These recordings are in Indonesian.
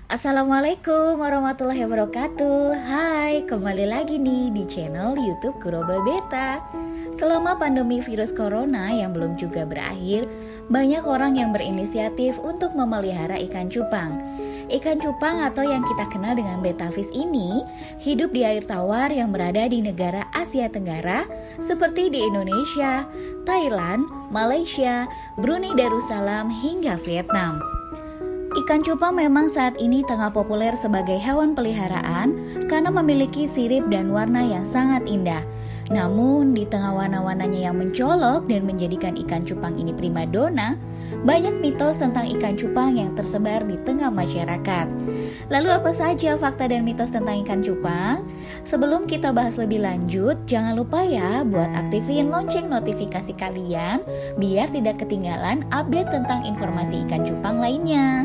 Assalamualaikum warahmatullahi wabarakatuh. Hai, kembali lagi nih di channel YouTube Kuroba Beta. Selama pandemi virus corona yang belum juga berakhir, banyak orang yang berinisiatif untuk memelihara ikan cupang. Ikan cupang atau yang kita kenal dengan betafish ini hidup di air tawar yang berada di negara Asia Tenggara seperti di Indonesia, Thailand, Malaysia, Brunei Darussalam hingga Vietnam. Ikan cupang memang saat ini tengah populer sebagai hewan peliharaan karena memiliki sirip dan warna yang sangat indah. Namun di tengah warna-warnanya yang mencolok dan menjadikan ikan cupang ini primadona, banyak mitos tentang ikan cupang yang tersebar di tengah masyarakat. Lalu apa saja fakta dan mitos tentang ikan cupang? Sebelum kita bahas lebih lanjut, jangan lupa ya buat aktifin lonceng notifikasi kalian biar tidak ketinggalan update tentang informasi ikan cupang lainnya.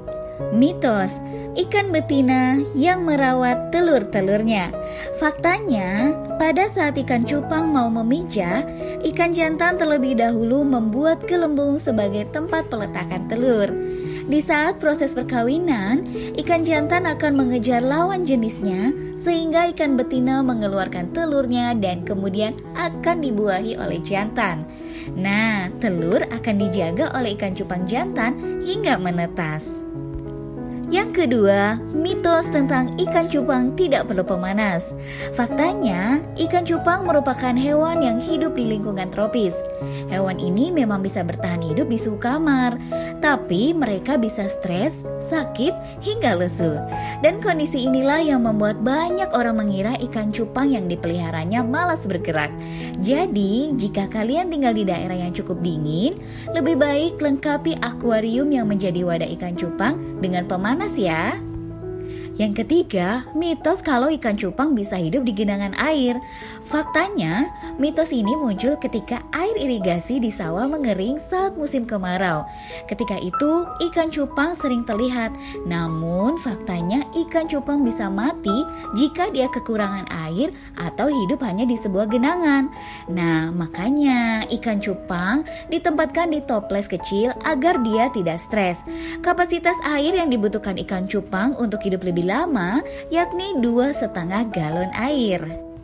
Mitos, ikan betina yang merawat telur-telurnya. Faktanya, pada saat ikan cupang mau memijah, ikan jantan terlebih dahulu membuat gelembung sebagai tempat peletakan telur. Di saat proses perkawinan, ikan jantan akan mengejar lawan jenisnya sehingga ikan betina mengeluarkan telurnya dan kemudian akan dibuahi oleh jantan. Nah, telur akan dijaga oleh ikan cupang jantan hingga menetas. Yang kedua, mitos tentang ikan cupang tidak perlu pemanas. Faktanya, ikan cupang merupakan hewan yang hidup di lingkungan tropis. Hewan ini memang bisa bertahan hidup di suhu kamar, tapi mereka bisa stres, sakit, hingga lesu. Dan kondisi inilah yang membuat banyak orang mengira ikan cupang yang dipeliharanya malas bergerak. Jadi, jika kalian tinggal di daerah yang cukup dingin, lebih baik lengkapi akuarium yang menjadi wadah ikan cupang dengan pemanas ya. Yang ketiga, mitos kalau ikan cupang bisa hidup di genangan air. Faktanya, mitos ini muncul ketika air irigasi di sawah mengering saat musim kemarau. Ketika itu, ikan cupang sering terlihat. Namun, faktanya ikan cupang bisa mati jika dia kekurangan air atau hidup hanya di sebuah genangan. Nah, makanya ikan cupang ditempatkan di toples kecil agar dia tidak stres. Kapasitas air yang dibutuhkan ikan cupang untuk hidup lebih lama yakni 2,5 galon air.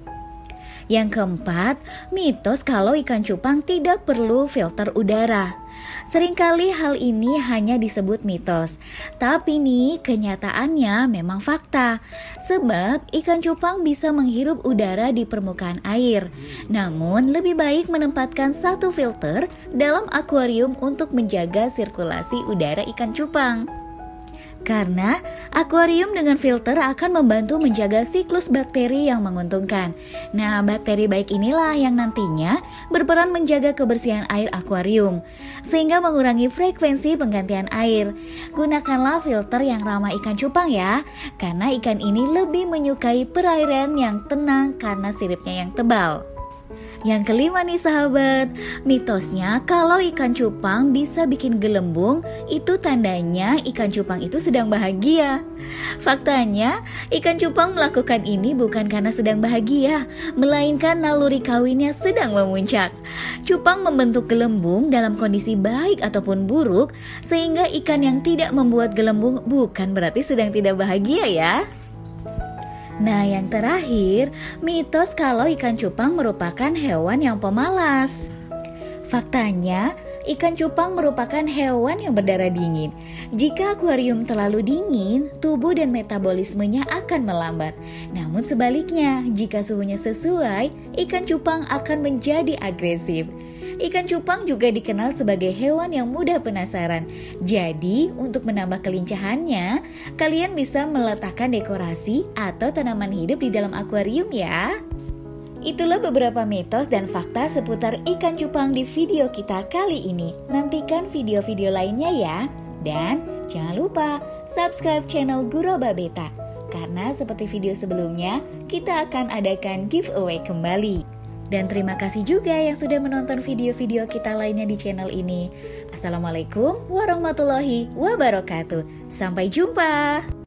Yang keempat, mitos kalau ikan cupang tidak perlu filter udara. Seringkali hal ini hanya disebut mitos, tapi nih kenyataannya memang fakta. Sebab ikan cupang bisa menghirup udara di permukaan air. Namun lebih baik menempatkan satu filter dalam akuarium untuk menjaga sirkulasi udara ikan cupang. Karena akuarium dengan filter akan membantu menjaga siklus bakteri yang menguntungkan. Nah, bakteri baik inilah yang nantinya berperan menjaga kebersihan air akuarium, sehingga mengurangi frekuensi penggantian air. Gunakanlah filter yang ramah ikan cupang ya, karena ikan ini lebih menyukai perairan yang tenang karena siripnya yang tebal. Yang kelima nih sahabat, mitosnya kalau ikan cupang bisa bikin gelembung, itu tandanya ikan cupang itu sedang bahagia. Faktanya, ikan cupang melakukan ini bukan karena sedang bahagia, melainkan naluri kawinnya sedang memuncak. Cupang membentuk gelembung dalam kondisi baik ataupun buruk, sehingga ikan yang tidak membuat gelembung bukan berarti sedang tidak bahagia ya. Nah, yang terakhir, mitos kalau ikan cupang merupakan hewan yang pemalas. Faktanya, ikan cupang merupakan hewan yang berdarah dingin. Jika akuarium terlalu dingin, tubuh dan metabolismenya akan melambat. Namun sebaliknya, jika suhunya sesuai, ikan cupang akan menjadi agresif. Ikan cupang juga dikenal sebagai hewan yang mudah penasaran. Jadi, untuk menambah kelincahannya, kalian bisa meletakkan dekorasi atau tanaman hidup di dalam akuarium ya. Itulah beberapa mitos dan fakta seputar ikan cupang di video kita kali ini. Nantikan video-video lainnya ya. Dan jangan lupa subscribe channel Kuroba Beta, karena seperti video sebelumnya, kita akan adakan giveaway kembali. Dan terima kasih juga yang sudah menonton video-video kita lainnya di channel ini. Assalamualaikum warahmatullahi wabarakatuh. Sampai jumpa.